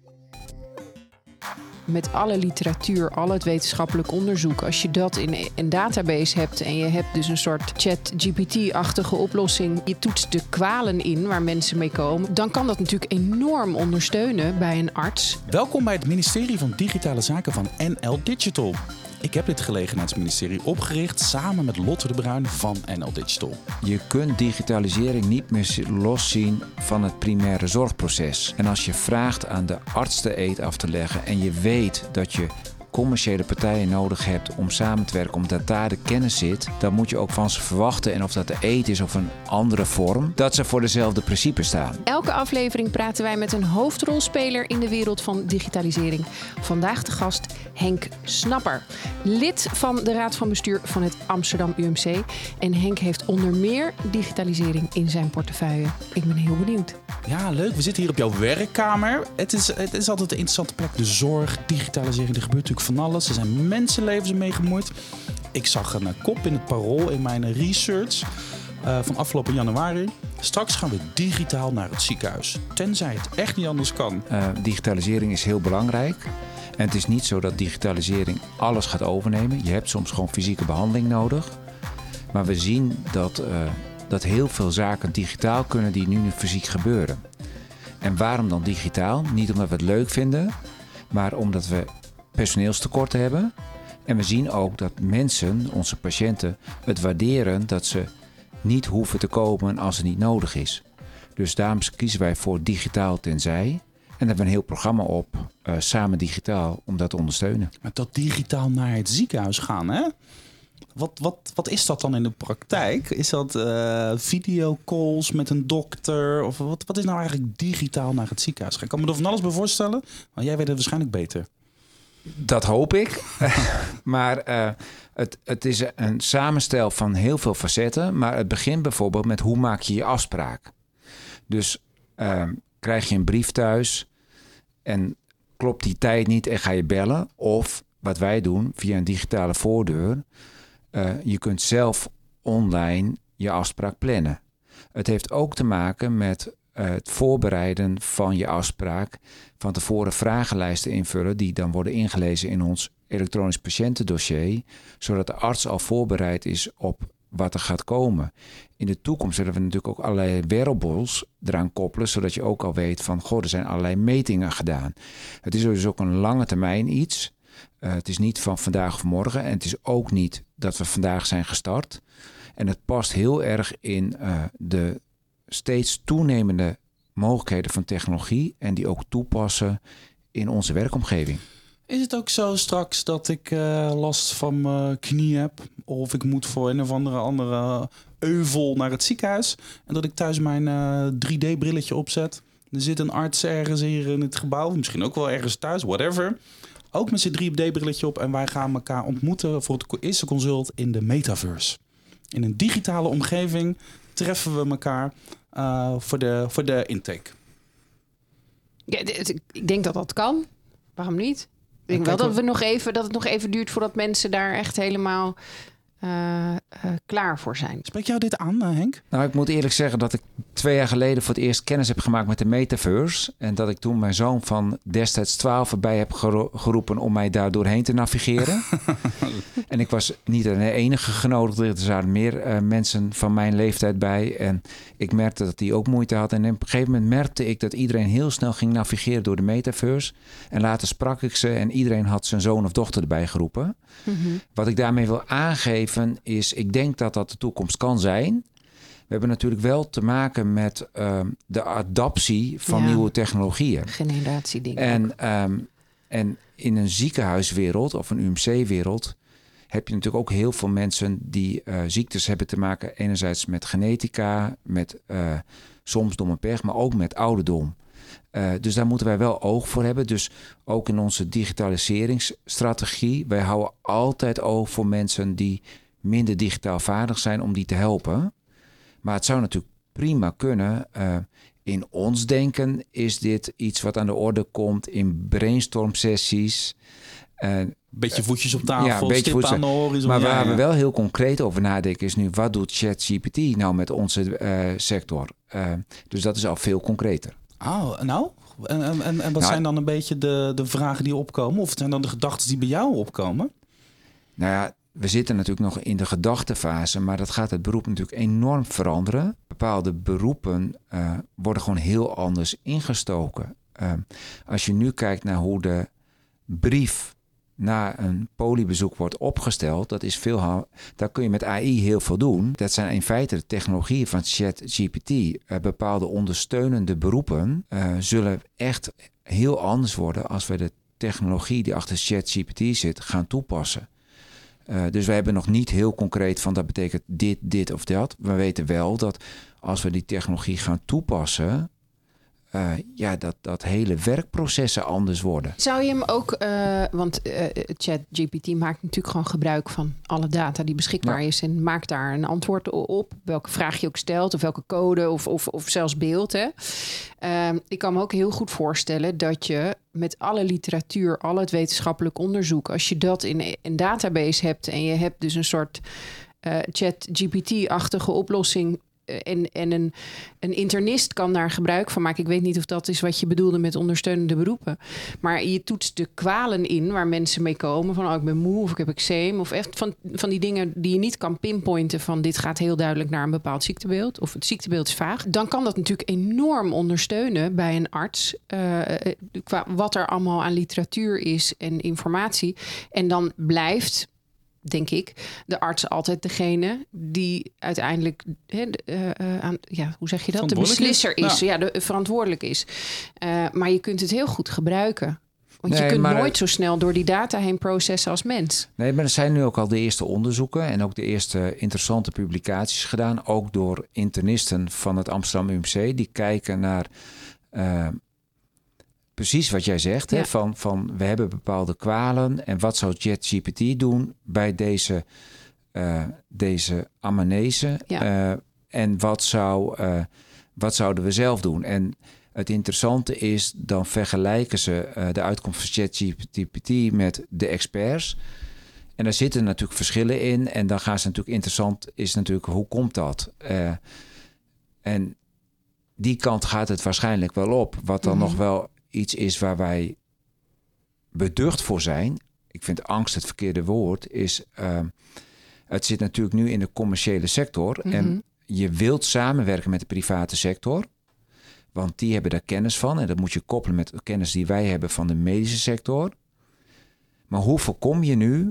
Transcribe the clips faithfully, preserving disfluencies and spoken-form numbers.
Met alle literatuur, al het wetenschappelijk onderzoek, als je dat in een database hebt en je hebt dus een soort ChatGPT-achtige oplossing, je toetst de kwalen in waar mensen mee komen, dan kan dat natuurlijk enorm ondersteunen bij een arts. Welkom bij het ministerie van Digitale Zaken van N L Digital. Ik heb dit gelegenheidsministerie opgericht samen met Lotte de Bruin van N L Digital. Je kunt digitalisering niet meer loszien van het primaire zorgproces. En als je vraagt aan de arts de eed af te leggen en je weet dat je commerciële partijen nodig hebt om samen te werken, omdat daar de kennis zit, dan moet je ook van ze verwachten, en of dat de eed is of een andere vorm, dat ze voor dezelfde principes staan. Elke aflevering praten wij met een hoofdrolspeler in de wereld van digitalisering. Vandaag de gast Henk Snapper, lid van de Raad van Bestuur van het Amsterdam U M C. En Henk heeft onder meer digitalisering in zijn portefeuille. Ik ben heel benieuwd. Ja, leuk. We zitten hier op jouw werkkamer. Het is, het is altijd een interessante plek. De zorg, digitalisering, er gebeurt natuurlijk van alles. Er zijn mensenlevens mee gemoeid. Ik zag een kop in het Parool in mijn research uh, van afgelopen januari. Straks gaan we digitaal naar het ziekenhuis. Tenzij het echt niet anders kan. Uh, digitalisering is heel belangrijk. En het is niet zo dat digitalisering alles gaat overnemen. Je hebt soms gewoon fysieke behandeling nodig. Maar we zien dat, uh, dat heel veel zaken digitaal kunnen die nu fysiek gebeuren. En waarom dan digitaal? Niet omdat we het leuk vinden, maar omdat we personeelstekorten hebben. En we zien ook dat mensen, onze patiënten, het waarderen dat ze niet hoeven te komen als het niet nodig is. Dus daarom kiezen wij voor digitaal tenzij. En daar hebben we een heel programma op, uh, samen digitaal, om dat te ondersteunen. Maar dat digitaal naar het ziekenhuis gaan, hè? Wat, wat, wat is dat dan in de praktijk? Is dat uh, videocalls met een dokter? Of wat, wat is nou eigenlijk digitaal naar het ziekenhuis gaan? Ik kan me er van alles bij voorstellen, maar jij weet het waarschijnlijk beter. Dat hoop ik. maar uh, het, het is een samenstel van heel veel facetten. Maar het begint bijvoorbeeld met hoe maak je je afspraak. Dus uh, krijg je een brief thuis en klopt die tijd niet en ga je bellen. Of wat wij doen via een digitale voordeur. Uh, je kunt zelf online je afspraak plannen. Het heeft ook te maken met uh, het voorbereiden van je afspraak. Van tevoren vragenlijsten invullen die dan worden ingelezen in ons elektronisch patiëntendossier. Zodat de arts al voorbereid is op wat er gaat komen. In de toekomst zullen we natuurlijk ook allerlei wearables eraan koppelen. Zodat je ook al weet van, goh, er zijn allerlei metingen gedaan. Het is dus ook een lange termijn iets. Uh, het is niet van vandaag of morgen. En het is ook niet dat we vandaag zijn gestart. En het past heel erg in uh, de steeds toenemende mogelijkheden van technologie. En die ook toepassen in onze werkomgeving. Is het ook zo straks dat ik uh, last van mijn knie heb? Of ik moet voor een of andere, andere euvel naar het ziekenhuis? En dat ik thuis mijn uh, drie D-brilletje opzet. Er zit een arts ergens hier in het gebouw. Misschien ook wel ergens thuis, whatever. Ook met zijn drie D-brilletje op. En wij gaan elkaar ontmoeten voor het eerste consult in de metaverse. In een digitale omgeving treffen we elkaar uh, voor, de, voor de intake. Ja, ik denk dat dat kan. Waarom niet? Ik denk wel wel dat, we nog even, dat het nog even duurt voordat mensen daar echt helemaal uh, uh, klaar voor zijn. Spreek jou dit aan, uh, Henk? Nou, ik moet eerlijk zeggen dat ik twee jaar geleden voor het eerst kennis heb gemaakt met de metaverse. En dat ik toen mijn zoon van destijds twaalf erbij heb gero- geroepen om mij daar doorheen te navigeren. En ik was niet de enige genodigde. Er zaten meer uh, mensen van mijn leeftijd bij. En ik merkte dat die ook moeite had. En op een gegeven moment merkte ik dat iedereen heel snel ging navigeren door de metaverse. En later sprak ik ze en iedereen had zijn zoon of dochter erbij geroepen. Mm-hmm. Wat ik daarmee wil aangeven is, ik denk dat dat de toekomst kan zijn. We hebben natuurlijk wel te maken met uh, de adaptie van ja. nieuwe technologieën. Generatiedingen. En, um, en in een ziekenhuiswereld of een U M C-wereld heb je natuurlijk ook heel veel mensen die uh, ziektes hebben te maken. Enerzijds met genetica, met uh, soms dom en pech, maar ook met ouderdom. Uh, dus daar moeten wij wel oog voor hebben. Dus ook in onze digitaliseringsstrategie. Wij houden altijd oog voor mensen die minder digitaal vaardig zijn om die te helpen. Maar het zou natuurlijk prima kunnen. Uh, in ons denken is dit iets wat aan de orde komt in brainstorm sessies. Uh, beetje voetjes op tafel, ja, beetje stip aan de horizon. Maar ja, waar ja. we wel heel concreet over nadenken is nu, wat doet ChatGPT nou met onze uh, sector? Uh, dus dat is al veel concreter. Oh, nou, En, en, en wat nou, zijn dan een beetje de, de vragen die opkomen? Of zijn dan de gedachten die bij jou opkomen? Nou ja, we zitten natuurlijk nog in de gedachtenfase, maar dat gaat het beroep natuurlijk enorm veranderen. Bepaalde beroepen uh, worden gewoon heel anders ingestoken. Uh, als je nu kijkt naar hoe de brief na een poliebezoek wordt opgesteld, dat is veel, daar kun je met A I heel veel doen. Dat zijn in feite de technologieën van ChatGPT. Uh, bepaalde ondersteunende beroepen uh, zullen echt heel anders worden als we de technologie die achter ChatGPT zit gaan toepassen. Uh, dus we hebben nog niet heel concreet van dat betekent dit, dit of dat. We weten wel dat als we die technologie gaan toepassen, Uh, ja, dat, dat hele werkprocessen anders worden. Zou je hem ook, uh, want uh, ChatGPT maakt natuurlijk gewoon gebruik van alle data die beschikbaar ja. is en maakt daar een antwoord op, welke vraag je ook stelt of welke code of, of, of zelfs beeld. Hè. Uh, ik kan me ook heel goed voorstellen dat je met alle literatuur, al het wetenschappelijk onderzoek, als je dat in een database hebt en je hebt dus een soort uh, ChatGPT-achtige oplossing. En, en een, een internist kan daar gebruik van maken. Ik weet niet of dat is wat je bedoelde met ondersteunende beroepen. Maar je toetst de kwalen in waar mensen mee komen. Van oh, ik ben moe of ik heb eczeem. Of echt van, van die dingen die je niet kan pinpointen van dit gaat heel duidelijk naar een bepaald ziektebeeld. Of het ziektebeeld is vaag. Dan kan dat natuurlijk enorm ondersteunen bij een arts. Uh, qua wat er allemaal aan literatuur is en informatie. En dan blijft, denk ik, de arts altijd degene die uiteindelijk he, uh, uh, aan, ja, hoe zeg je dat? De beslisser is, is. Ja. ja, de verantwoordelijk is. Uh, maar je kunt het heel goed gebruiken. Want nee, je kunt nooit zo snel door die data heen processen als mens. Nee, maar er zijn nu ook al de eerste onderzoeken en ook de eerste interessante publicaties gedaan, ook door internisten van het Amsterdam U M C, die kijken naar Uh, precies wat jij zegt, ja. hè, van, van we hebben bepaalde kwalen en wat zou ChatGPT doen bij deze, uh, deze amnese ja. uh, en wat, zou, uh, wat zouden we zelf doen? En het interessante is, dan vergelijken ze uh, de uitkomst van ChatGPT met de experts. En daar zitten natuurlijk verschillen in en dan gaan ze natuurlijk interessant is natuurlijk hoe komt dat? Uh, en die kant gaat het waarschijnlijk wel op, wat dan mm-hmm. nog wel iets is waar wij beducht voor zijn. Ik vind angst het verkeerde woord. Is, uh, het zit natuurlijk nu in de commerciële sector. Mm-hmm. En je wilt samenwerken met de private sector. Want die hebben daar kennis van. En dat moet je koppelen met de kennis die wij hebben van de medische sector. Maar hoe voorkom je nu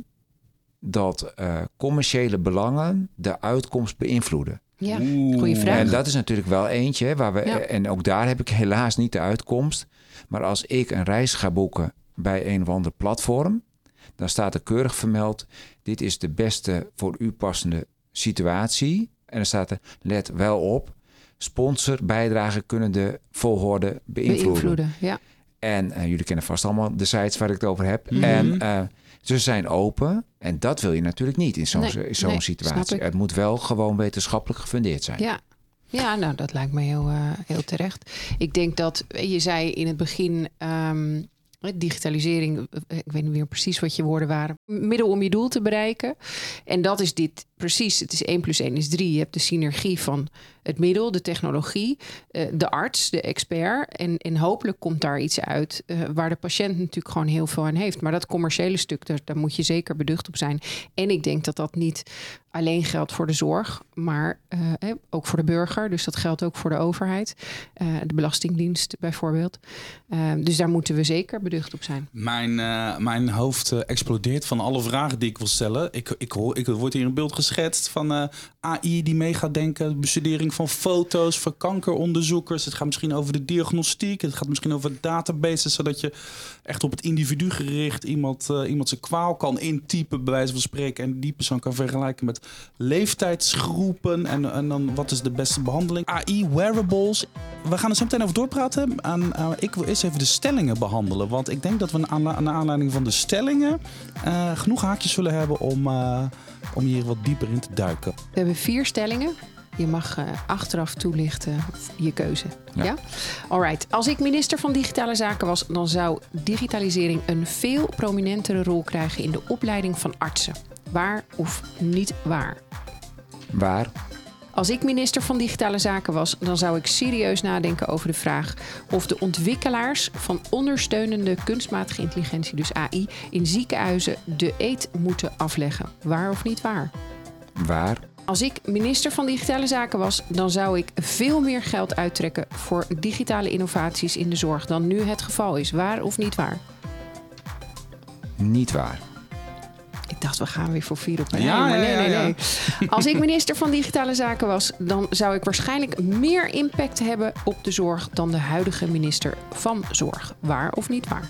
dat uh, commerciële belangen de uitkomst beïnvloeden? Ja, goede vraag. En dat is natuurlijk wel eentje. Waar we, ja. En ook daar heb ik helaas niet de uitkomst. Maar als ik een reis ga boeken bij een of ander platform, dan staat er keurig vermeld, dit is de beste voor u passende situatie. En dan staat er, let wel op, sponsor, bijdragen kunnen de volgorde beïnvloeden. beïnvloeden ja. En uh, jullie kennen vast allemaal de sites waar ik het over heb. Mm-hmm. En uh, ze zijn open. En dat wil je natuurlijk niet in zo'n, nee, zo'n nee, situatie. Het moet wel gewoon wetenschappelijk gefundeerd zijn. Ja. Ja, nou, dat lijkt me heel, uh, heel terecht. Ik denk dat, je zei in het begin, um, digitalisering, ik weet niet meer precies wat je woorden waren, middel om je doel te bereiken. En dat is dit precies, het is één plus één is drie. Je hebt de synergie van het middel, de technologie, uh, de arts, de expert. En, en hopelijk komt daar iets uit uh, waar de patiënt natuurlijk gewoon heel veel aan heeft. Maar dat commerciële stuk, daar, daar moet je zeker beducht op zijn. En ik denk dat dat niet alleen geldt voor de zorg, maar uh, eh, ook voor de burger. Dus dat geldt ook voor de overheid. Uh, de Belastingdienst bijvoorbeeld. Uh, dus daar moeten we zeker beducht op zijn. Mijn, uh, mijn hoofd uh, explodeert van alle vragen die ik wil stellen. Ik, ik, hoor, ik word hier een beeld geschetst van uh, A I die mee gaat denken. Bestudering van foto's, van kankeronderzoekers. Het gaat misschien over de diagnostiek. Het gaat misschien over databases, zodat je echt op het individu gericht iemand, uh, iemand zijn kwaal kan intypen, bij wijze van spreken. En die persoon kan vergelijken met leeftijdsgroepen en, en dan wat is de beste behandeling. A I, wearables. We gaan er zo meteen over doorpraten. En, uh, ik wil eerst even de stellingen behandelen. Want ik denk dat we aan, aan aanleiding van de stellingen uh, genoeg haakjes zullen hebben om, uh, om hier wat dieper in te duiken. We hebben vier stellingen. Je mag uh, achteraf toelichten je keuze. Ja? ja? Alright. Als ik minister van Digitale Zaken was, dan zou digitalisering een veel prominentere rol krijgen in de opleiding van artsen. Waar of niet waar? Waar. Als ik minister van Digitale Zaken was, dan zou ik serieus nadenken over de vraag of de ontwikkelaars van ondersteunende kunstmatige intelligentie, dus A I, in ziekenhuizen de eed moeten afleggen. Waar of niet waar? Waar? Als ik minister van Digitale Zaken was, dan zou ik veel meer geld uittrekken voor digitale innovaties in de zorg dan nu het geval is. Waar of niet waar? Niet waar. Ik dacht, we gaan weer voor vier op een Ja, rij, maar ja, nee, ja, nee, ja. nee. Als ik minister van Digitale Zaken was, dan zou ik waarschijnlijk meer impact hebben op de zorg dan de huidige minister van Zorg. Waar of niet waar?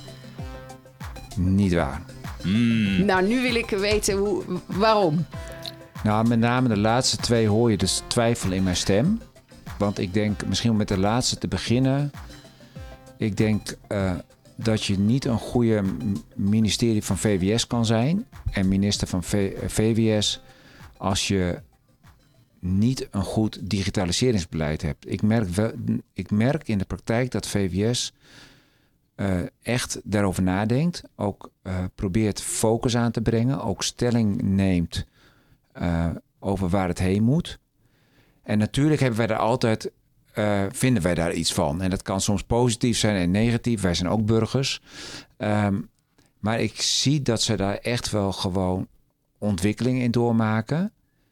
Niet waar. Mm. Nou, nu wil ik weten hoe, waarom. Nou, met name de laatste twee hoor je dus twijfel in mijn stem. Want ik denk, misschien om met de laatste te beginnen. Ik denk uh, dat je niet een goede ministerie van V W S kan zijn. En minister van v- V W S als je niet een goed digitaliseringsbeleid hebt. Ik merk, wel, ik merk in de praktijk dat V W S uh, echt daarover nadenkt. Ook uh, probeert focus aan te brengen. Ook stelling neemt uh, over waar het heen moet. En natuurlijk hebben wij daar altijd, uh, vinden wij daar iets van. En dat kan soms positief zijn en negatief. Wij zijn ook burgers. Um, maar ik zie dat ze daar echt wel gewoon ontwikkeling in doormaken.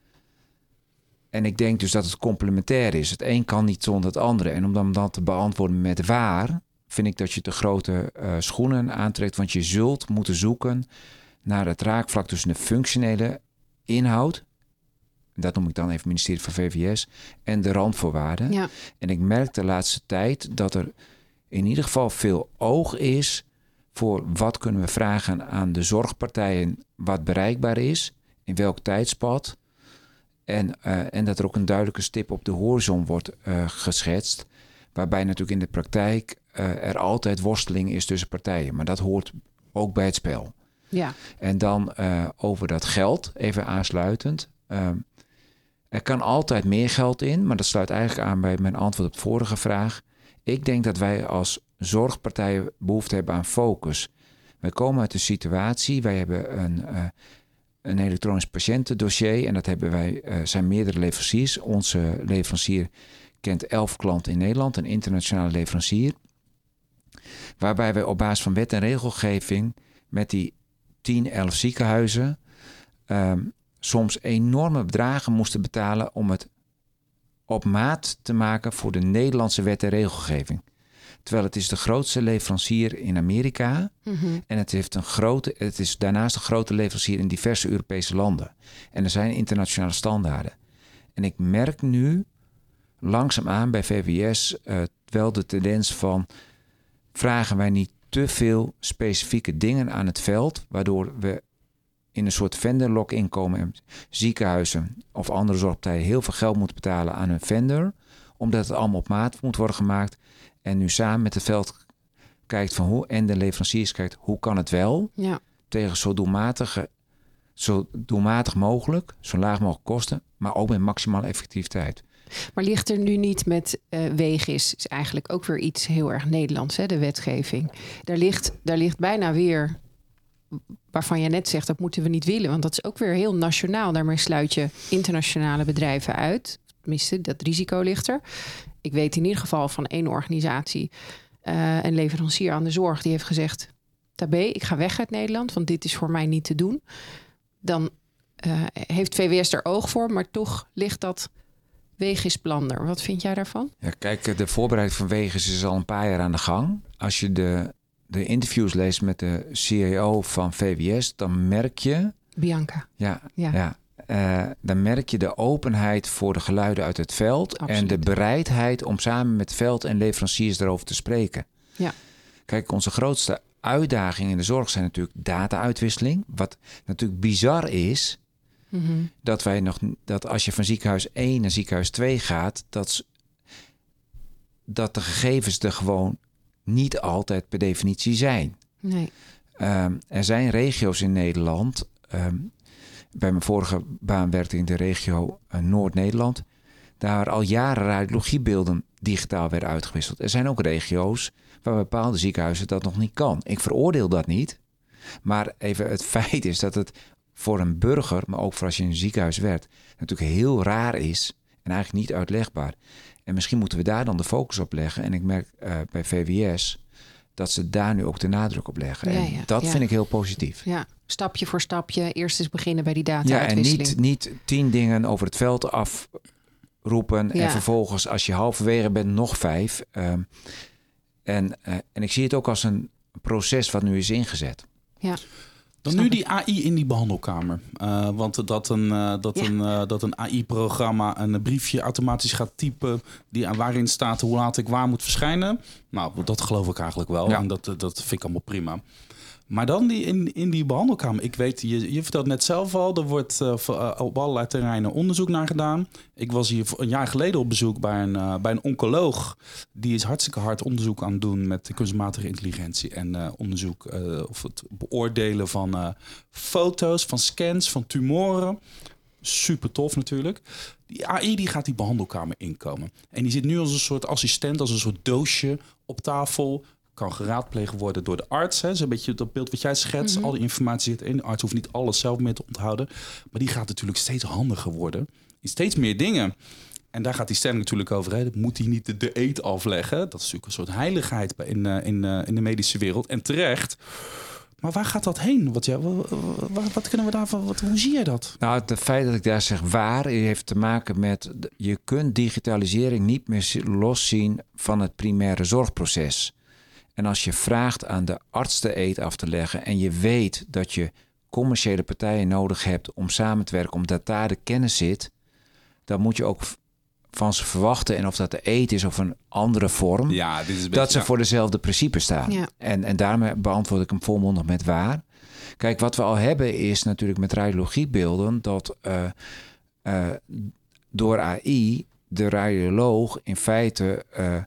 En ik denk dus dat het complementair is. Het een kan niet zonder het andere. En om dan, dan te beantwoorden met waar, vind ik dat je te grote uh, schoenen aantrekt. Want je zult moeten zoeken naar het raakvlak tussen de functionele inhoud. Dat noem ik dan even het ministerie van V W S. En de randvoorwaarden. Ja. En ik merk de laatste tijd dat er in ieder geval veel oog is voor wat kunnen we vragen aan de zorgpartijen wat bereikbaar is. In welk tijdspad. En, uh, en dat er ook een duidelijke stip op de horizon wordt uh, geschetst. Waarbij natuurlijk in de praktijk uh, er altijd worsteling is tussen partijen. Maar dat hoort ook bij het spel. Ja. En dan uh, over dat geld, even aansluitend. Uh, er kan altijd meer geld in, maar dat sluit eigenlijk aan bij mijn antwoord op de vorige vraag. Ik denk dat wij als zorgpartijen behoefte hebben aan focus. Wij komen uit een situatie, wij hebben een, uh, een elektronisch patiëntendossier en dat hebben wij, uh, zijn meerdere leveranciers. Onze leverancier kent elf klanten in Nederland, een internationale leverancier. Waarbij wij op basis van wet en regelgeving met die tien, elf ziekenhuizen um, soms enorme bedragen moesten betalen om het op maat te maken voor de Nederlandse wet en regelgeving. Terwijl het is de grootste leverancier in Amerika. Mm-hmm. En het, heeft een grote, het is daarnaast een grote leverancier in diverse Europese landen. En er zijn internationale standaarden. En ik merk nu langzaamaan bij V W S uh, wel de tendens van vragen wij niet te veel specifieke dingen aan het veld, waardoor we in een soort vendor lock-in komen en ziekenhuizen of andere zorgpartijen heel veel geld moeten betalen aan hun vendor, omdat het allemaal op maat moet worden gemaakt. En nu samen met het veld kijkt van hoe en de leveranciers kijkt hoe kan het wel Ja. tegen zo doelmatige, zo doelmatig mogelijk, zo laag mogelijk kosten, maar ook met maximale effectiviteit. Maar ligt er nu niet met uh, Wegis, is eigenlijk ook weer iets heel erg Nederlands, hè, de wetgeving. Daar ligt, daar ligt bijna weer, waarvan je net zegt, dat moeten we niet willen. Want dat is ook weer heel nationaal. Daarmee sluit je internationale bedrijven uit. Tenminste, dat risico ligt er. Ik weet in ieder geval van één organisatie, uh, een leverancier aan de zorg, die heeft gezegd, Tabé, ik ga weg uit Nederland, want dit is voor mij niet te doen. Dan uh, heeft V W S er oog voor, maar toch ligt dat Wegis-plan er. Wat vind jij daarvan? Ja, kijk, de voorbereiding van Wegis is al een paar jaar aan de gang. Als je de, de interviews leest met de C E O van V W S, dan merk je, Bianca. ja, Ja. ja uh, dan merk je de openheid voor de geluiden uit het veld. Absoluut. En de bereidheid om samen met veld en leveranciers daarover te spreken. Ja. Kijk, onze grootste uitdagingen in de zorg zijn natuurlijk data-uitwisseling. Wat natuurlijk bizar is, Mm-hmm. dat wij nog dat als je van ziekenhuis één naar ziekenhuis twee gaat, dat, dat de gegevens er gewoon niet altijd per definitie zijn. Nee. Um, er zijn regio's in Nederland. Um, bij mijn vorige baan werkte ik in de regio uh, Noord-Nederland. Daar al jaren radiologiebeelden digitaal werden uitgewisseld. Er zijn ook regio's waar bepaalde ziekenhuizen dat nog niet kan. Ik veroordeel dat niet. Maar even het feit is dat het voor een burger, maar ook voor als je in een ziekenhuis werkt, natuurlijk heel raar is en eigenlijk niet uitlegbaar. En misschien moeten we daar dan de focus op leggen. En ik merk uh, bij V W S dat ze daar nu ook de nadruk op leggen. Ja, en ja, dat ja. vind ik heel positief. Ja, stapje voor stapje. Eerst eens beginnen bij die Ja, en data-uitwisseling. niet, niet tien dingen over het veld afroepen. Ja. En vervolgens, als je halverwege bent, nog vijf. Um, en, uh, en ik zie het ook als een proces wat nu is ingezet. Ja. Dan nu die A I in die behandelkamer. Uh, want dat een, uh, dat, Ja. een, uh, dat een A I-programma een briefje automatisch gaat typen... Die, waarin staat hoe laat ik waar moet verschijnen. Nou, dat geloof ik eigenlijk wel. Ja. En dat, dat vind ik allemaal prima. Maar dan die in, in die behandelkamer. Ik weet, je, je vertelt net zelf al... er wordt uh, op allerlei terreinen onderzoek naar gedaan. Ik was hier een jaar geleden op bezoek bij een, uh, bij een oncoloog. Die is hartstikke hard onderzoek aan het doen... met kunstmatige intelligentie. En uh, onderzoek uh, of het beoordelen van uh, foto's, van scans, van tumoren. Super tof natuurlijk. Die A I die gaat die behandelkamer inkomen. En die zit nu als een soort assistent... als een soort doosje op tafel... kan geraadpleegd worden door de arts. Hè. Dat is een beetje dat beeld wat jij schetst. Mm-hmm. Al die informatie zit in. De arts hoeft niet alles zelf meer te onthouden. Maar die gaat natuurlijk steeds handiger worden. In steeds meer dingen. En daar gaat die stelling natuurlijk over. Hè. Moet hij niet de, de eed afleggen? Dat is natuurlijk een soort heiligheid in, uh, in, uh, in de medische wereld. En terecht. Maar waar gaat dat heen? Wat, ja, wat, wat, wat kunnen we daarvan? Wat, hoe zie jij dat? Nou, het feit dat ik daar zeg waar... heeft te maken met... je kunt digitalisering niet meer loszien van het primaire zorgproces. En als je vraagt aan de arts de eed af te leggen... en je weet dat je commerciële partijen nodig hebt om samen te werken... omdat daar de kennis zit... dan moet je ook van ze verwachten... en of dat de eed is of een andere vorm... Ja, dit is een beetje, dat ze ja. voor dezelfde principes staan. Ja. En, en daarmee beantwoord ik hem volmondig met waar. Kijk, wat we al hebben is natuurlijk met radiologiebeelden... dat uh, uh, door A I de radioloog in feite... Uh,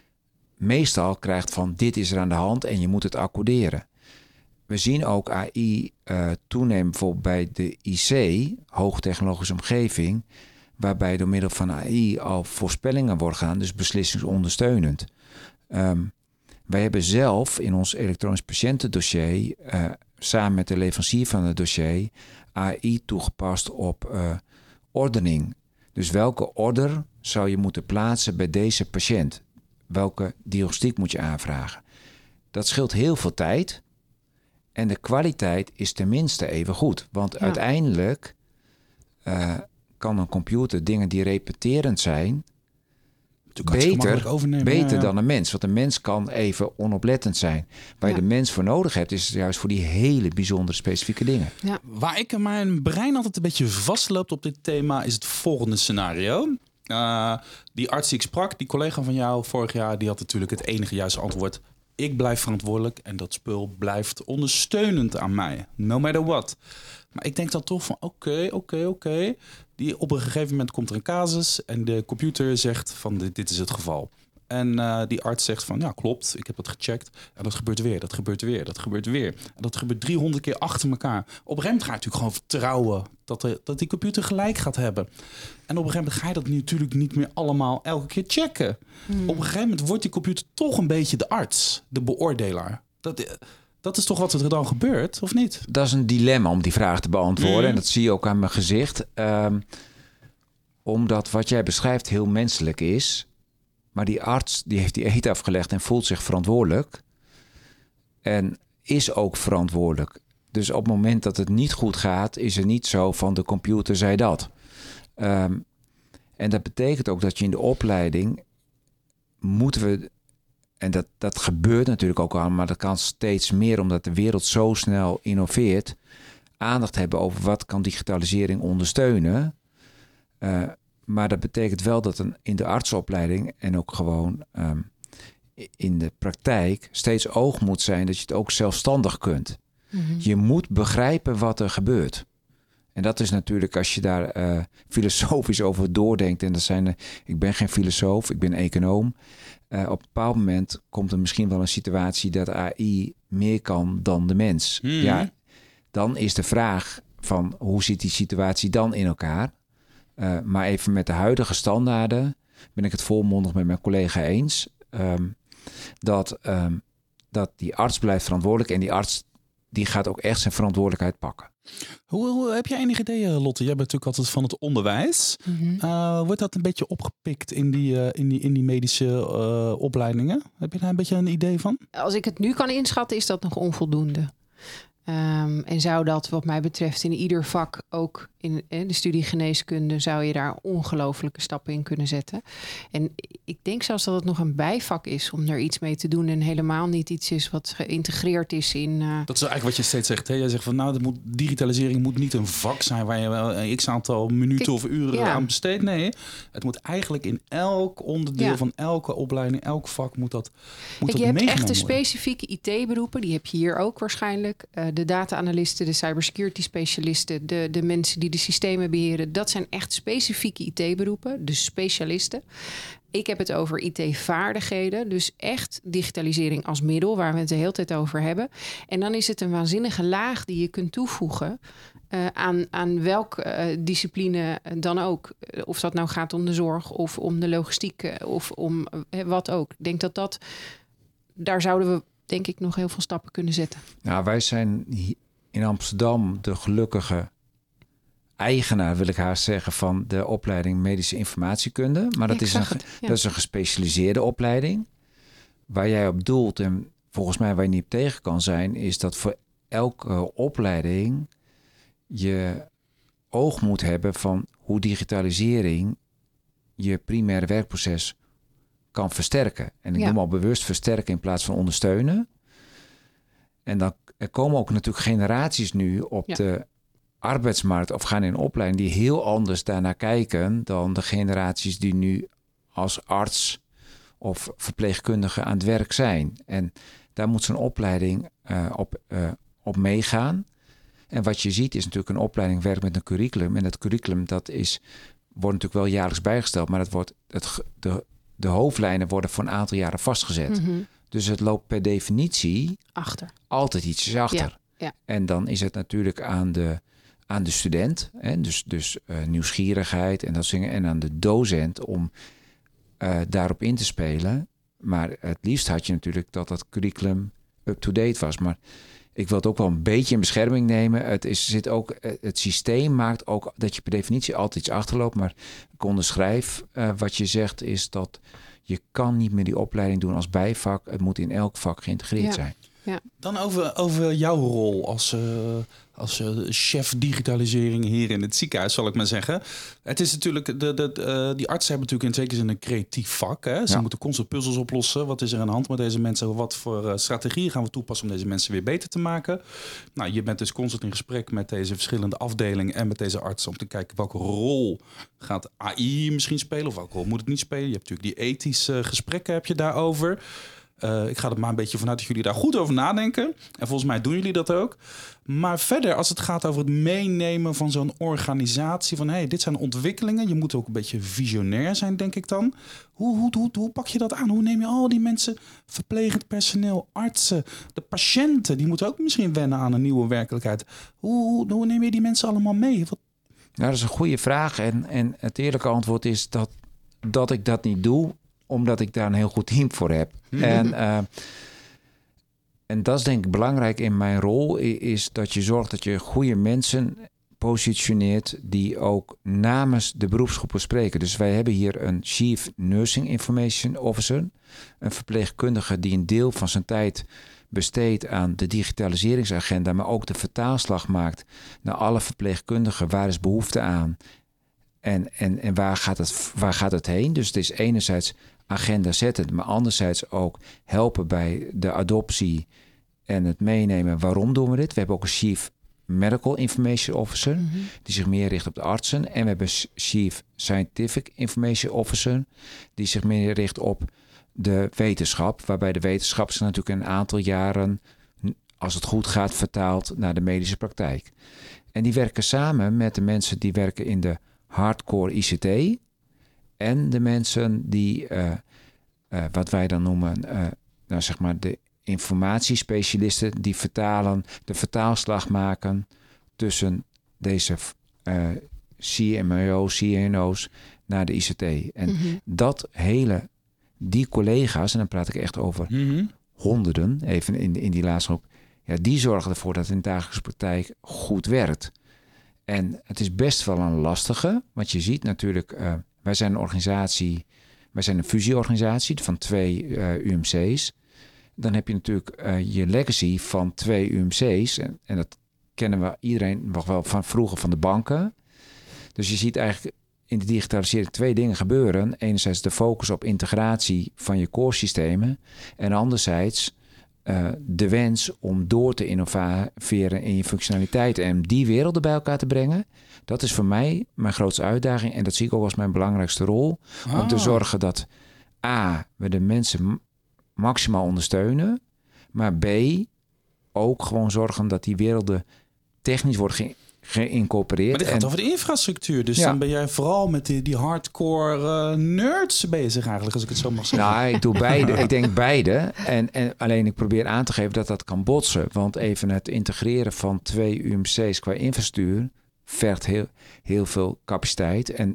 meestal krijgt van dit is er aan de hand en je moet het accorderen. We zien ook A I uh, toenemen bijvoorbeeld bij de I C, hoogtechnologische omgeving, waarbij door middel van A I al voorspellingen worden gedaan, dus beslissingsondersteunend. Um, wij hebben zelf in ons elektronisch patiëntendossier, uh, samen met de leverancier van het dossier, A I toegepast op uh, ordening. Dus welke order zou je moeten plaatsen bij deze patiënt? Welke diagnostiek moet je aanvragen? Dat scheelt heel veel tijd. En de kwaliteit is tenminste even goed. Want Ja. uiteindelijk uh, kan een computer dingen die repeterend zijn... beter, beter ja, ja. dan een mens. Want een mens kan even onoplettend zijn. Waar Ja. je de mens voor nodig hebt... is juist voor die hele bijzondere specifieke dingen. Ja. Waar ik in mijn brein altijd een beetje vastloopt op dit thema... is het volgende scenario... Uh, die arts die ik sprak, die collega van jou vorig jaar... die had natuurlijk het enige juiste antwoord. Ik blijf verantwoordelijk en dat spul blijft ondersteunend aan mij. No matter what. Maar ik denk dan toch van oké, oké, oké. Die op een gegeven moment komt er een casus... en de computer zegt van dit, dit is het geval. En uh, die arts zegt van ja, klopt, ik heb dat gecheckt. En dat gebeurt weer, dat gebeurt weer, dat gebeurt weer. En dat gebeurt driehonderd keer achter elkaar. Op een gegeven moment ga je natuurlijk gewoon vertrouwen... dat, de, dat die computer gelijk gaat hebben. En op een gegeven moment ga je dat natuurlijk niet meer allemaal elke keer checken. Hmm. Op een gegeven moment wordt die computer toch een beetje de arts, de beoordelaar. Dat, dat is toch wat er dan gebeurt, of niet? Dat is een dilemma om die vraag te beantwoorden. Mm. En dat zie je ook aan mijn gezicht. Um, omdat wat jij beschrijft heel menselijk is... Maar die arts die heeft die eed afgelegd en voelt zich verantwoordelijk. En is ook verantwoordelijk. Dus op het moment dat het niet goed gaat... is er niet zo van de computer zei dat. Um, en dat betekent ook dat je in de opleiding... moeten we... en dat, dat gebeurt natuurlijk ook al... maar dat kan steeds meer omdat de wereld zo snel innoveert... aandacht hebben over wat kan digitalisering ondersteunen... Uh, Maar dat betekent wel dat een, in de artsenopleiding en ook gewoon um, in de praktijk steeds oog moet zijn dat je het ook zelfstandig kunt. Mm-hmm. Je moet begrijpen wat er gebeurt. En dat is natuurlijk als je daar uh, filosofisch over doordenkt. En dat zijn, uh, ik ben geen filosoof, ik ben econoom. Uh, op een bepaald moment komt er misschien wel een situatie dat A I meer kan dan de mens. Mm-hmm. Ja, dan is de vraag van hoe zit die situatie dan in elkaar? Uh, maar even met de huidige standaarden ben ik het volmondig met mijn collega eens. Um, dat, um, dat die arts blijft verantwoordelijk. En die arts die gaat ook echt zijn verantwoordelijkheid pakken. Hoe, hoe heb jij enig idee, Lotte? Jij bent natuurlijk altijd van het onderwijs. Mm-hmm. Uh, wordt dat een beetje opgepikt in die, uh, in die, in die medische uh, opleidingen? Heb je daar een beetje een idee van? Als ik het nu kan inschatten, is dat nog onvoldoende. Um, en zou dat wat mij betreft in ieder vak, ook in eh, de studie geneeskunde, zou je daar ongelofelijke stappen in kunnen zetten. En ik denk zelfs dat het nog een bijvak is om er iets mee te doen en helemaal niet iets is wat geïntegreerd is in... Uh... Dat is eigenlijk wat je steeds zegt. Hè? Jij zegt van nou, dat moet, digitalisering moet niet een vak zijn waar je wel een x-aantal minuten Kijk, of uren ja. aan besteedt. Nee, het moet eigenlijk in elk onderdeel ja. van elke opleiding, elk vak moet dat moet Kijk, dat je hebt echt de worden. specifieke I T-beroepen, die heb je hier ook waarschijnlijk. Uh, de data-analysten, de cybersecurity-specialisten, de, de mensen die de systemen beheren. Dat zijn echt specifieke I T-beroepen, de specialisten. Ik heb het over I T-vaardigheden, dus echt digitalisering als middel, waar we het de hele tijd over hebben. En dan is het een waanzinnige laag die je kunt toevoegen uh, aan, aan welke uh, discipline dan ook. Of dat nou gaat om de zorg of om de logistiek uh, of om uh, wat ook. Ik denk dat dat, daar zouden we denk ik nog heel veel stappen kunnen zetten. Nou, wij zijn in Amsterdam de gelukkige eigenaar, wil ik haast zeggen, van de opleiding medische informatiekunde. Maar dat, is een, het, ja. dat is een gespecialiseerde opleiding. Waar jij op doelt en volgens mij waar je niet op tegen kan zijn, is dat voor elke opleiding je oog moet hebben van hoe digitalisering je primaire werkproces kan versterken. En ik ja. noem al bewust versterken in plaats van ondersteunen. En dan er komen ook natuurlijk generaties nu op ja. de arbeidsmarkt of gaan in opleiding die heel anders daarnaar kijken dan de generaties die nu als arts of verpleegkundige aan het werk zijn. En daar moet zo'n opleiding uh, op, uh, op meegaan. En wat je ziet is natuurlijk een opleiding werkt met een curriculum. En dat curriculum dat is, wordt natuurlijk wel jaarlijks bijgesteld, maar het wordt, het, de, de hoofdlijnen worden voor een aantal jaren vastgezet. Mm-hmm. Dus het loopt per definitie achter. Altijd ietsjes achter. Ja, ja. En dan is het natuurlijk aan de, aan de student, hè, dus, dus uh, nieuwsgierigheid en dat soort dingen, en aan de docent om uh, daarop in te spelen. Maar het liefst had je natuurlijk dat dat curriculum up-to-date was. Maar ik wil het ook wel een beetje in bescherming nemen. Het, is, zit ook, het systeem maakt ook dat je per definitie altijd iets achterloopt. Maar ik onderschrijf uh, wat je zegt is dat je kan niet meer die opleiding doen als bijvak. Het moet in elk vak geïntegreerd ja. zijn. Ja. Dan over, over jouw rol als, uh, als uh, chef digitalisering hier in het ziekenhuis, zal ik maar zeggen. Het is natuurlijk, de, de, uh, die artsen hebben natuurlijk in zekere zin een creatief vak. Hè? Ze ja. moeten constant puzzels oplossen. Wat is er aan de hand met deze mensen? Wat voor uh, strategieën gaan we toepassen om deze mensen weer beter te maken? Nou, je bent dus constant in gesprek met deze verschillende afdelingen en met deze artsen om te kijken welke rol gaat A I misschien spelen of welke rol moet het niet spelen. Je hebt natuurlijk die ethische gesprekken heb je daarover. Uh, ik ga er maar een beetje vanuit dat jullie daar goed over nadenken. En volgens mij doen jullie dat ook. Maar verder, als het gaat over het meenemen van zo'n organisatie, van hey, dit zijn ontwikkelingen. Je moet ook een beetje visionair zijn, denk ik dan. Hoe, hoe, hoe, hoe pak je dat aan? Hoe neem je al die mensen, verplegend personeel, artsen, de patiënten, die moeten ook misschien wennen aan een nieuwe werkelijkheid. Hoe, hoe, hoe neem je die mensen allemaal mee? Wat... Nou, dat is een goede vraag. En, en het eerlijke antwoord is dat, dat ik dat niet doe, omdat ik daar een heel goed team voor heb. Mm-hmm. En, uh, en dat is denk ik belangrijk in mijn rol, is dat je zorgt dat je goede mensen positioneert die ook namens de beroepsgroepen spreken. Dus wij hebben hier een Chief Nursing Information Officer, een verpleegkundige die een deel van zijn tijd besteedt aan de digitaliseringsagenda, maar ook de vertaalslag maakt naar alle verpleegkundigen. Waar is behoefte aan? En, en, en waar, gaat het, waar gaat het heen? Dus het is enerzijds agenda zetten, maar anderzijds ook helpen bij de adoptie en het meenemen. Waarom doen we dit? We hebben ook een Chief Medical Information Officer, mm-hmm. die zich meer richt op de artsen. En we hebben een Chief Scientific Information Officer, die zich meer richt op de wetenschap. Waarbij de wetenschap zich natuurlijk een aantal jaren, als het goed gaat, vertaalt naar de medische praktijk. En die werken samen met de mensen die werken in de hardcore I C T en de mensen die, uh, uh, wat wij dan noemen, uh, nou zeg maar de informatiespecialisten, die vertalen, de vertaalslag maken tussen deze uh, C M O's, C N O's naar de I C T. En mm-hmm. dat hele, die collega's, en dan praat ik echt over mm-hmm. honderden, even in, in die laatste groep, ja, die zorgen ervoor dat het in de dagelijkse praktijk goed werkt. En het is best wel een lastige, want je ziet natuurlijk, uh, wij zijn een organisatie, wij zijn een fusieorganisatie van twee uh, U M C's. Dan heb je natuurlijk uh, je legacy van twee U M C's. En, en dat kennen we iedereen nog wel van vroeger van de banken. Dus je ziet eigenlijk in de digitalisering twee dingen gebeuren. Enerzijds de focus op integratie van je core systemen. En anderzijds uh, de wens om door te innoveren in je functionaliteiten. En die werelden bij elkaar te brengen. Dat is voor mij mijn grootste uitdaging. En dat zie ik ook als mijn belangrijkste rol. Oh. Om te zorgen dat A, we de mensen maximaal ondersteunen. Maar B, ook gewoon zorgen dat die werelden technisch worden ge- geïncorporeerd. Maar dit gaat en, over de infrastructuur. Dus ja. dan ben jij vooral met die, die hardcore uh, nerds bezig eigenlijk, als ik het zo mag zeggen. Nou, ik doe beide. Ik denk beide. En, en alleen ik probeer aan te geven dat dat kan botsen. Want even het integreren van twee U M C's qua infrastructuur vergt heel, heel veel capaciteit. En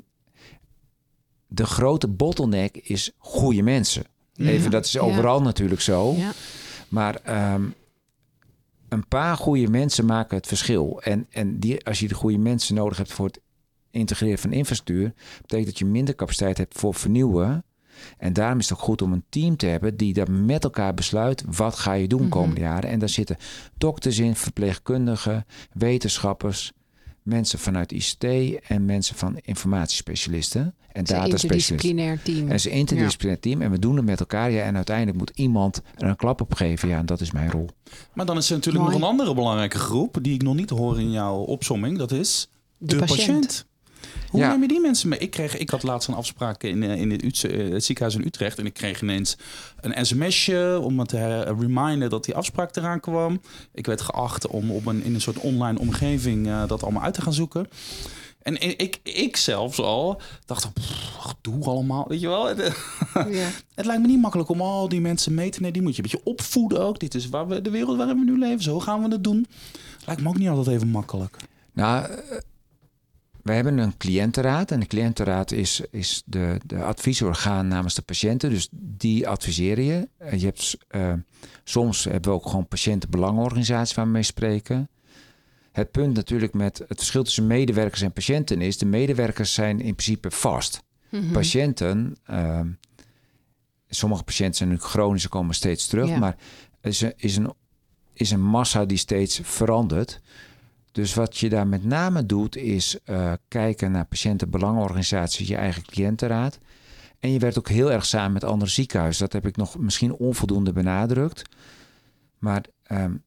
de grote bottleneck is goede mensen. Even, ja. dat is overal ja. natuurlijk zo. Ja. Maar um, een paar goede mensen maken het verschil. En, en die, als je de goede mensen nodig hebt voor het integreren van infrastructuur, betekent dat je minder capaciteit hebt voor vernieuwen. En daarom is het ook goed om een team te hebben die daar met elkaar besluit, wat ga je doen de mm-hmm. komende jaren. En daar zitten dokters in, verpleegkundigen, wetenschappers, mensen vanuit I C T en mensen van informatiespecialisten en dataspecialisten. Een interdisciplinair team. En het is een interdisciplinair ja. team en we doen het met elkaar. Ja, en uiteindelijk moet iemand er een klap op geven. Ja, en dat is mijn rol. Maar dan is er natuurlijk Mooi. nog een andere belangrijke groep die ik nog niet hoor in jouw opsomming. Dat is de, de patiënt. patiënt. Hoe ja. neem je die mensen mee? Ik, kreeg, ik had laatst een afspraak in, in het, Utse, het ziekenhuis in Utrecht. En ik kreeg ineens een sms'je om me te reminden dat die afspraak eraan kwam. Ik werd geacht om op een, in een soort online omgeving uh, dat allemaal uit te gaan zoeken. En ik, ik zelfs al dacht, pff, doe allemaal, weet je wel. Ja. Het lijkt me niet makkelijk om al die mensen mee te nemen. Die moet je een beetje opvoeden ook. Dit is waar we, de wereld waarin we nu leven. Zo gaan we het doen. Lijkt me ook niet altijd even makkelijk. Nou, we hebben een cliëntenraad. En de cliëntenraad is, is de, de adviesorgaan namens de patiënten. Dus die adviseren je. je hebt, uh, soms hebben we ook gewoon patiëntenbelangenorganisaties waar we mee spreken. Het punt natuurlijk met het verschil tussen medewerkers en patiënten is, de medewerkers zijn in principe vast. Mm-hmm. Patiënten, uh, sommige patiënten zijn natuurlijk chronisch, ze komen steeds terug, ja. maar er is een, is, een, is een massa die steeds verandert. Dus wat je daar met name doet, is uh, kijken naar patiëntenbelangenorganisaties, je eigen cliëntenraad. En je werkt ook heel erg samen met andere ziekenhuizen. Dat heb ik nog misschien onvoldoende benadrukt. Maar Um,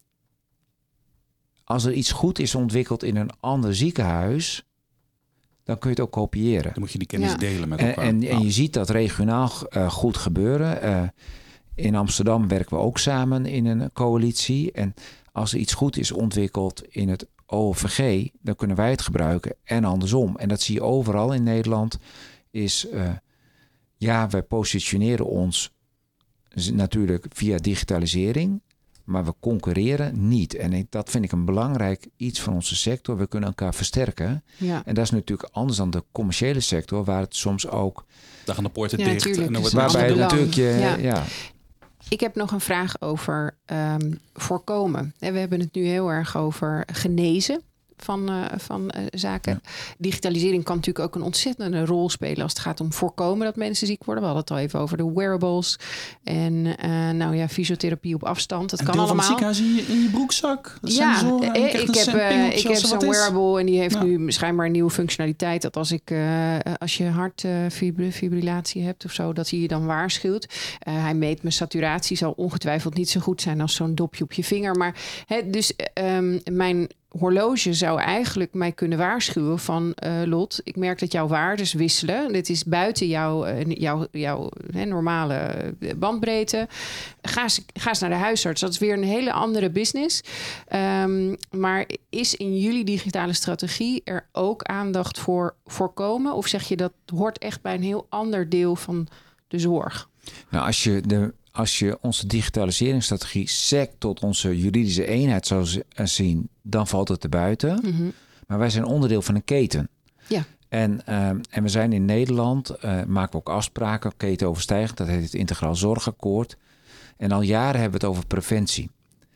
als er iets goed is ontwikkeld in een ander ziekenhuis, dan kun je het ook kopiëren. Dan moet je die kennis ja. delen met en, elkaar. En, en je ziet dat regionaal uh, goed gebeuren. Uh, in Amsterdam werken we ook samen in een coalitie. En als er iets goed is ontwikkeld in het O V G, dan kunnen wij het gebruiken en andersom. En dat zie je overal in Nederland. Is uh, ja, wij positioneren ons natuurlijk via digitalisering. Maar we concurreren niet. En dat vind ik een belangrijk iets van onze sector. We kunnen elkaar versterken. Ja. En dat is natuurlijk anders dan de commerciële sector, waar het soms ook. Daar gaan de poorten ja, dicht. En dan wordt waarbij het natuurlijk je. Ja. Ja. Ik heb nog een vraag over um, voorkomen. We hebben het nu heel erg over genezen van, uh, van uh, zaken. Ja. Digitalisering kan natuurlijk ook een ontzettende rol spelen als het gaat om voorkomen dat mensen ziek worden. We hadden het al even over de wearables en uh, nou ja, fysiotherapie op afstand. Dat een kan deel allemaal. Van het ziekenhuis in je, in je broekzak. Dat ja, sensoren, ik, ik heb, uh, ik heb zo'n wearable en die heeft ja. nu schijnbaar een nieuwe functionaliteit. Dat als ik uh, als je hartfibrillatie uh, hebt of zo, dat hij je dan waarschuwt. Uh, hij meet mijn saturatie, zal ongetwijfeld niet zo goed zijn als zo'n dopje op je vinger. Maar hè, dus um, mijn horloge zou eigenlijk mij kunnen waarschuwen van uh, Lot, ik merk dat jouw waardes wisselen. Dit is buiten jouw, uh, jouw, jouw hè, normale bandbreedte. Ga eens, ga eens naar de huisarts. Dat is weer een hele andere business. Um, maar is in jullie digitale strategie er ook aandacht voor voorkomen? Of zeg je dat hoort echt bij een heel ander deel van de zorg? Nou, als je de Als je onze digitaliseringsstrategie sec tot onze juridische eenheid zou zien, dan valt het erbuiten. Mm-hmm. Maar wij zijn onderdeel van een keten. Ja. En, uh, en we zijn in Nederland, uh, maken we ook afspraken, ketenoverstijgend. Dat heet het Integraal Zorgakkoord. En al jaren hebben we het over preventie.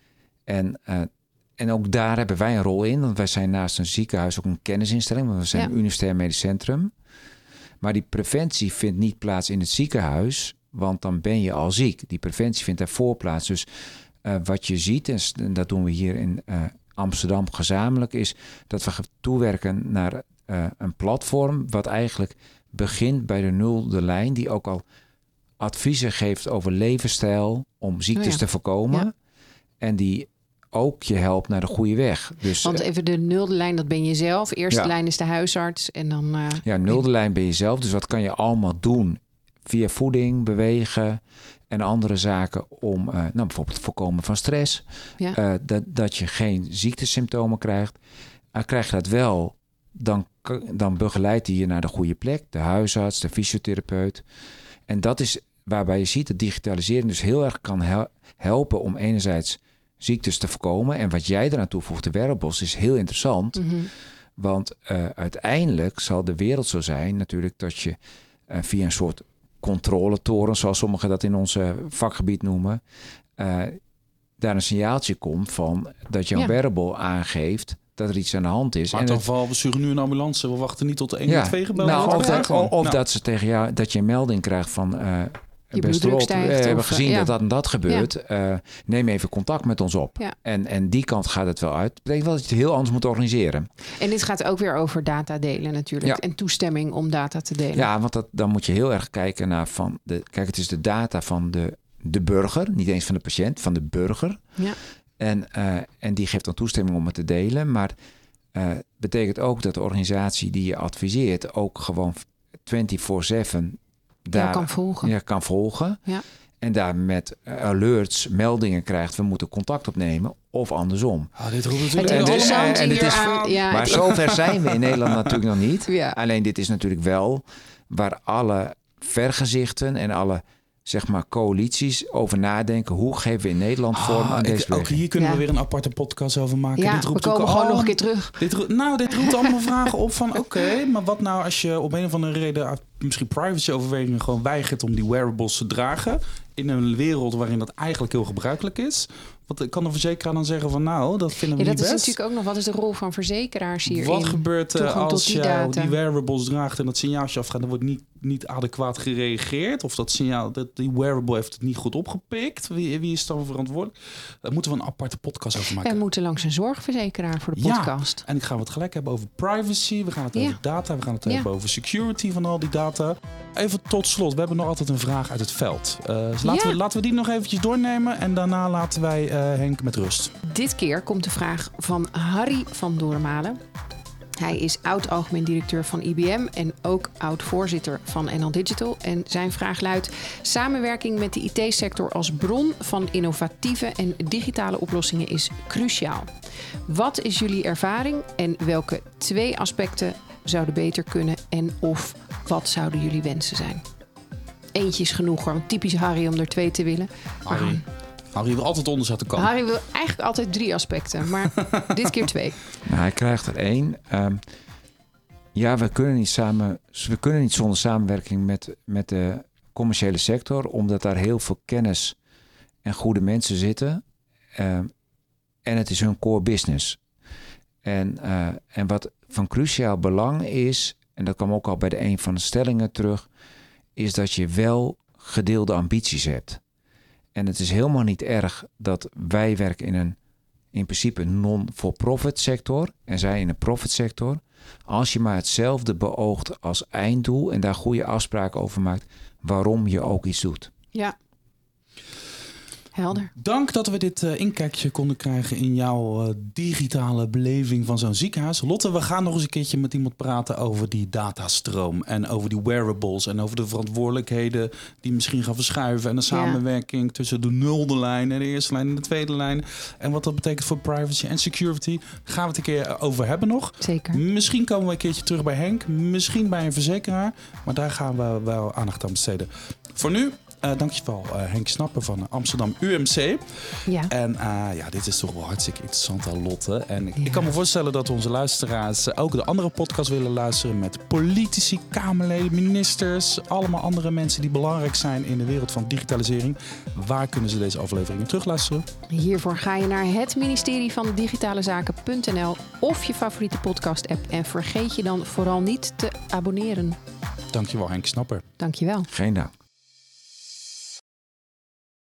En, uh, en ook daar hebben wij een rol in. Want wij zijn naast een ziekenhuis ook een kennisinstelling. Want we zijn ja. een universitair medisch centrum. Maar die preventie vindt niet plaats in het ziekenhuis. Want dan ben je al ziek. Die preventie vindt daarvoor plaats. Dus uh, wat je ziet, en dat doen we hier in uh, Amsterdam gezamenlijk, is dat we toewerken naar uh, een platform wat eigenlijk begint bij de nulde lijn, die ook al adviezen geeft over levensstijl om ziektes oh ja. te voorkomen. Ja. En die ook je helpt naar de goede weg. Dus, Want even de nulde lijn, dat ben je zelf. Eerste ja. lijn is de huisarts. En dan, uh, ja, nulde lijn ben je zelf. Dus wat kan je allemaal doen via voeding, bewegen en andere zaken om uh, nou, bijvoorbeeld het voorkomen van stress. Ja. Uh, dat, dat je geen ziektesymptomen krijgt. Uh, krijg je dat wel, dan, dan begeleidt hij je naar de goede plek. De huisarts, de fysiotherapeut. En dat is waarbij je ziet dat digitalisering dus heel erg kan hel- helpen om enerzijds ziektes te voorkomen. En wat jij eraan toevoegt, de wearables, is heel interessant. Mm-hmm. Want uh, uiteindelijk zal de wereld zo zijn natuurlijk dat je uh, via een soort controletoren, zoals sommigen dat in ons vakgebied noemen, uh, daar een signaaltje komt van dat je een ja. wearable aangeeft dat er iets aan de hand is. Maar in het geval, we sturen nu een ambulance, we wachten niet tot de honderdtwaalf ja. gebeld nou, wordt. Of, dat, of nou. dat ze tegen jou, dat je een melding krijgt van uh, je bloeddruk stijgt. We hebben of, gezien ja. dat dat en dat gebeurt. Ja. Uh, neem even contact met ons op. Ja. En, en die kant gaat het wel uit. Dat betekent wel dat je het heel anders moet organiseren. En dit gaat ook weer over data delen natuurlijk. Ja. En toestemming om data te delen. Ja, want dat, dan moet je heel erg kijken naar van de. Kijk, het is de data van de, de burger, niet eens van de patiënt, van de burger. Ja. En, uh, en die geeft dan toestemming om het te delen. Maar uh, betekent ook dat de organisatie die je adviseert ook gewoon vierentwintig zeven daar ja, kan volgen. Ja, kan volgen. Ja. En daar met alerts, meldingen krijgt, we moeten contact opnemen of andersom. Oh, dit roept natuurlijk het en, en, en, en het is, aan, ja, maar het zover zijn we in Nederland natuurlijk nog niet. Ja. Alleen dit is natuurlijk wel waar alle vergezichten en alle zeg maar coalities over nadenken. Hoe geven we in Nederland vorm oh, aan deze ik, Ook hier kunnen ja. we weer een aparte podcast over maken. Ja, dit roept we komen ook, gewoon oh, nog een keer terug. Dit, nou, dit roept allemaal vragen op van oké, okay, maar wat nou als je op een of andere reden misschien privacy-overwegingen gewoon weigert om die wearables te dragen in een wereld waarin dat eigenlijk heel gebruikelijk is? Wat kan de verzekeraar dan zeggen van nou, dat vinden we ja, niet best? Dat is natuurlijk ook nog, wat is de rol van verzekeraars hierin? Wat gebeurt uh, als die je data. die wearables draagt en dat signaaltje afgaat, dan wordt niet, niet adequaat gereageerd? Of dat signaal, dat die wearable heeft het niet goed opgepikt? Wie, wie is dan verantwoordelijk? Daar moeten we een aparte podcast over maken. We moeten langs een zorgverzekeraar voor de podcast. Ja, en ik ga het gelijk hebben over privacy. We gaan het ja. over data. We gaan het ja. hebben over security van al die data. Even tot slot. We hebben nog altijd een vraag uit het veld. Uh, dus laten, ja. we, laten we die nog eventjes doornemen. En daarna laten wij uh, Henk met rust. Dit keer komt de vraag van Harry van Doormalen. Hij is oud-algemeen directeur van I B M en ook oud-voorzitter van N L Digital. En zijn vraag luidt: samenwerking met de I T-sector als bron van innovatieve en digitale oplossingen is cruciaal. Wat is jullie ervaring en welke twee aspecten zouden beter kunnen en of wat zouden jullie wensen zijn? Eentje is genoeg hoor, typisch Harry om er twee te willen. Harry. Maar, Harry wil altijd onder zetten komen. Harry wil eigenlijk altijd drie aspecten, maar dit keer twee. Nou, hij krijgt er één. Um, ja, we kunnen niet samen, we kunnen niet zonder samenwerking met, met de commerciële sector, omdat daar heel veel kennis en goede mensen zitten. Um, en het is hun core business. En, uh, en wat van cruciaal belang is, en dat kwam ook al bij de een van de stellingen terug, is dat je wel gedeelde ambities hebt. En het is helemaal niet erg dat wij werken in een in principe non-for-profit sector en zij in een profit sector. Als je maar hetzelfde beoogt als einddoel en daar goede afspraken over maakt, waarom je ook iets doet. Ja. Helder. Dank dat we dit uh, inkijkje konden krijgen in jouw uh, digitale beleving van zo'n ziekenhuis. Lotte, we gaan nog eens een keertje met iemand praten over die datastroom en over die wearables en over de verantwoordelijkheden die misschien gaan verschuiven en de samenwerking ja. tussen de nulde lijn en de eerste lijn en de tweede lijn. En wat dat betekent voor privacy en security. Gaan we het een keer over hebben nog. Zeker. Misschien komen we een keertje terug bij Henk, misschien bij een verzekeraar, maar daar gaan we wel aandacht aan besteden. Voor nu, Uh, dankjewel uh, Henk Snapper van Amsterdam U M C. Ja. En uh, ja, dit is toch wel hartstikke interessant aan Lotte. En ik, ja. ik kan me voorstellen dat onze luisteraars ook de andere podcast willen luisteren met politici, Kamerleden, ministers, allemaal andere mensen die belangrijk zijn in de wereld van digitalisering. Waar kunnen ze deze afleveringen terugluisteren? Hiervoor ga je naar het ministerie van digitale zaken punt n l of je favoriete podcast app en vergeet je dan vooral niet te abonneren. Dankjewel Henk Snapper. Dankjewel. Geen dank.